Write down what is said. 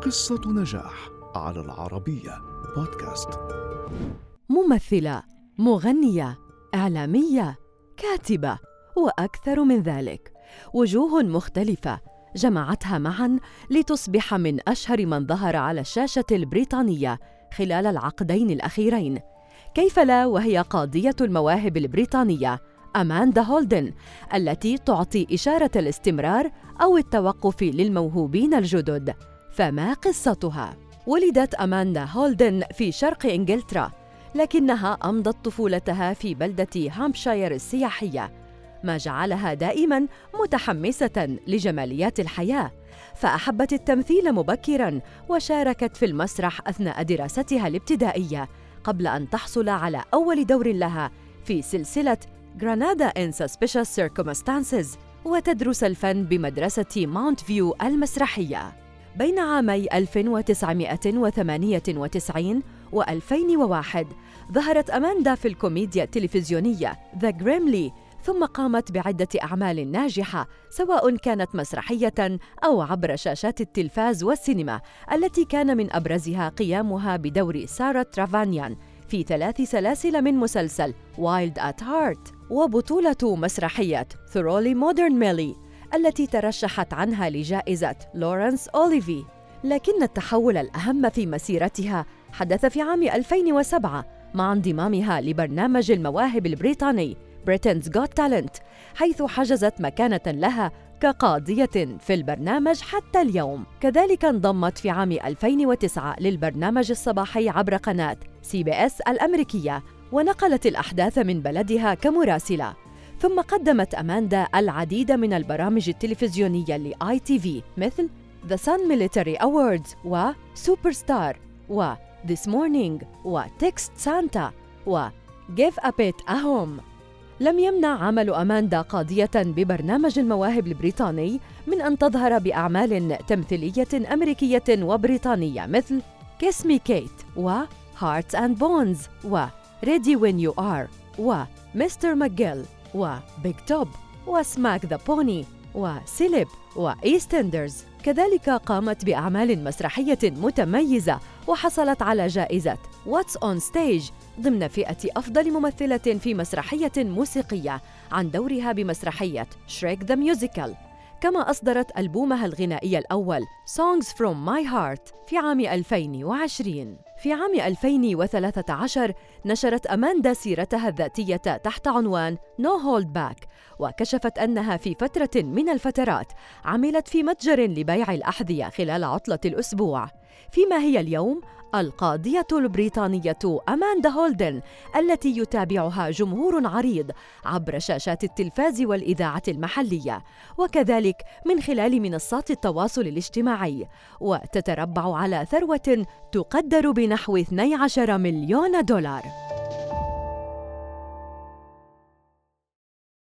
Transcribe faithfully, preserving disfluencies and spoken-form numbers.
قصة نجاح على العربية بودكاست. ممثلة، مغنية، إعلامية، كاتبة، وأكثر من ذلك. وجوه مختلفة جمعتها معاً لتصبح من أشهر من ظهر على الشاشة البريطانية خلال العقدين الأخيرين. كيف لا وهي قاضية المواهب البريطانية أماندا هولدن، التي تعطي إشارة الاستمرار أو التوقف للموهوبين الجدد. فما قصتها؟ ولدت أماندا هولدن في شرق إنجلترا، لكنها أمضت طفولتها في بلدة هامبشاير السياحية، ما جعلها دائماً متحمسة لجماليات الحياة، فأحبت التمثيل مبكراً وشاركت في المسرح أثناء دراستها الابتدائية قبل أن تحصل على أول دور لها في سلسلة Granada in Suspicious Circumstances، وتدرس الفن بمدرسة ماونت فيو المسرحية. بين عامي ألف وتسعمائة وثمانية وتسعين وألفين وواحد ظهرت أماندا في الكوميديا التلفزيونية The Grimley، ثم قامت بعدة أعمال ناجحة سواء كانت مسرحية أو عبر شاشات التلفاز والسينما، التي كان من أبرزها قيامها بدور سارة ترافانيان في ثلاث سلاسل من مسلسل Wild at Heart، وبطولة مسرحية Thoroughly Modern Millie التي ترشحت عنها لجائزة لورنس أوليفي. لكن التحول الأهم في مسيرتها حدث في عام ألفين وسبعة مع انضمامها لبرنامج المواهب البريطاني Britain's Got Talent، حيث حجزت مكانة لها كقاضية في البرنامج حتى اليوم. كذلك انضمت في عام ألفين وتسعة للبرنامج الصباحي عبر قناة سي بي إس الأمريكية، ونقلت الأحداث من بلدها كمراسلة. ثم قدمت أماندا العديد من البرامج التلفزيونية لآي تي في مثل The Sun Military Awards و Superstar و This Morning و Text Santa و Give a Pet a Home. لم يمنع عمل أماندا قاضية ببرنامج المواهب البريطاني من أن تظهر بأعمال تمثيلية أمريكية وبريطانية مثل Kiss Me Kate و Hearts and Bones و Ready When You Are و مستر ماجيل و Big Top و Smack the Pony و سيلب و EastEnders. كذلك قامت بأعمال مسرحية متميزة وحصلت على جائزة What's on Stage ضمن فئة أفضل ممثلة في مسرحية موسيقية عن دورها بمسرحية Shrek the Musical. كما أصدرت ألبومها الغنائي الأول Songs from My Heart في عام ألفين وعشرين. في عام ألفين وثلاثة عشر نشرت أماندا سيرتها الذاتية تحت عنوان No Hold Back، وكشفت أنها في فترة من الفترات عملت في متجر لبيع الأحذية خلال عطلة الأسبوع. فيما هي اليوم القاضية البريطانية أماندا هولدن، التي يتابعها جمهور عريض عبر شاشات التلفاز والإذاعة المحلية، وكذلك من خلال منصات التواصل الاجتماعي، وتتربع على ثروة تقدر بنحو اثني عشر مليون دولار.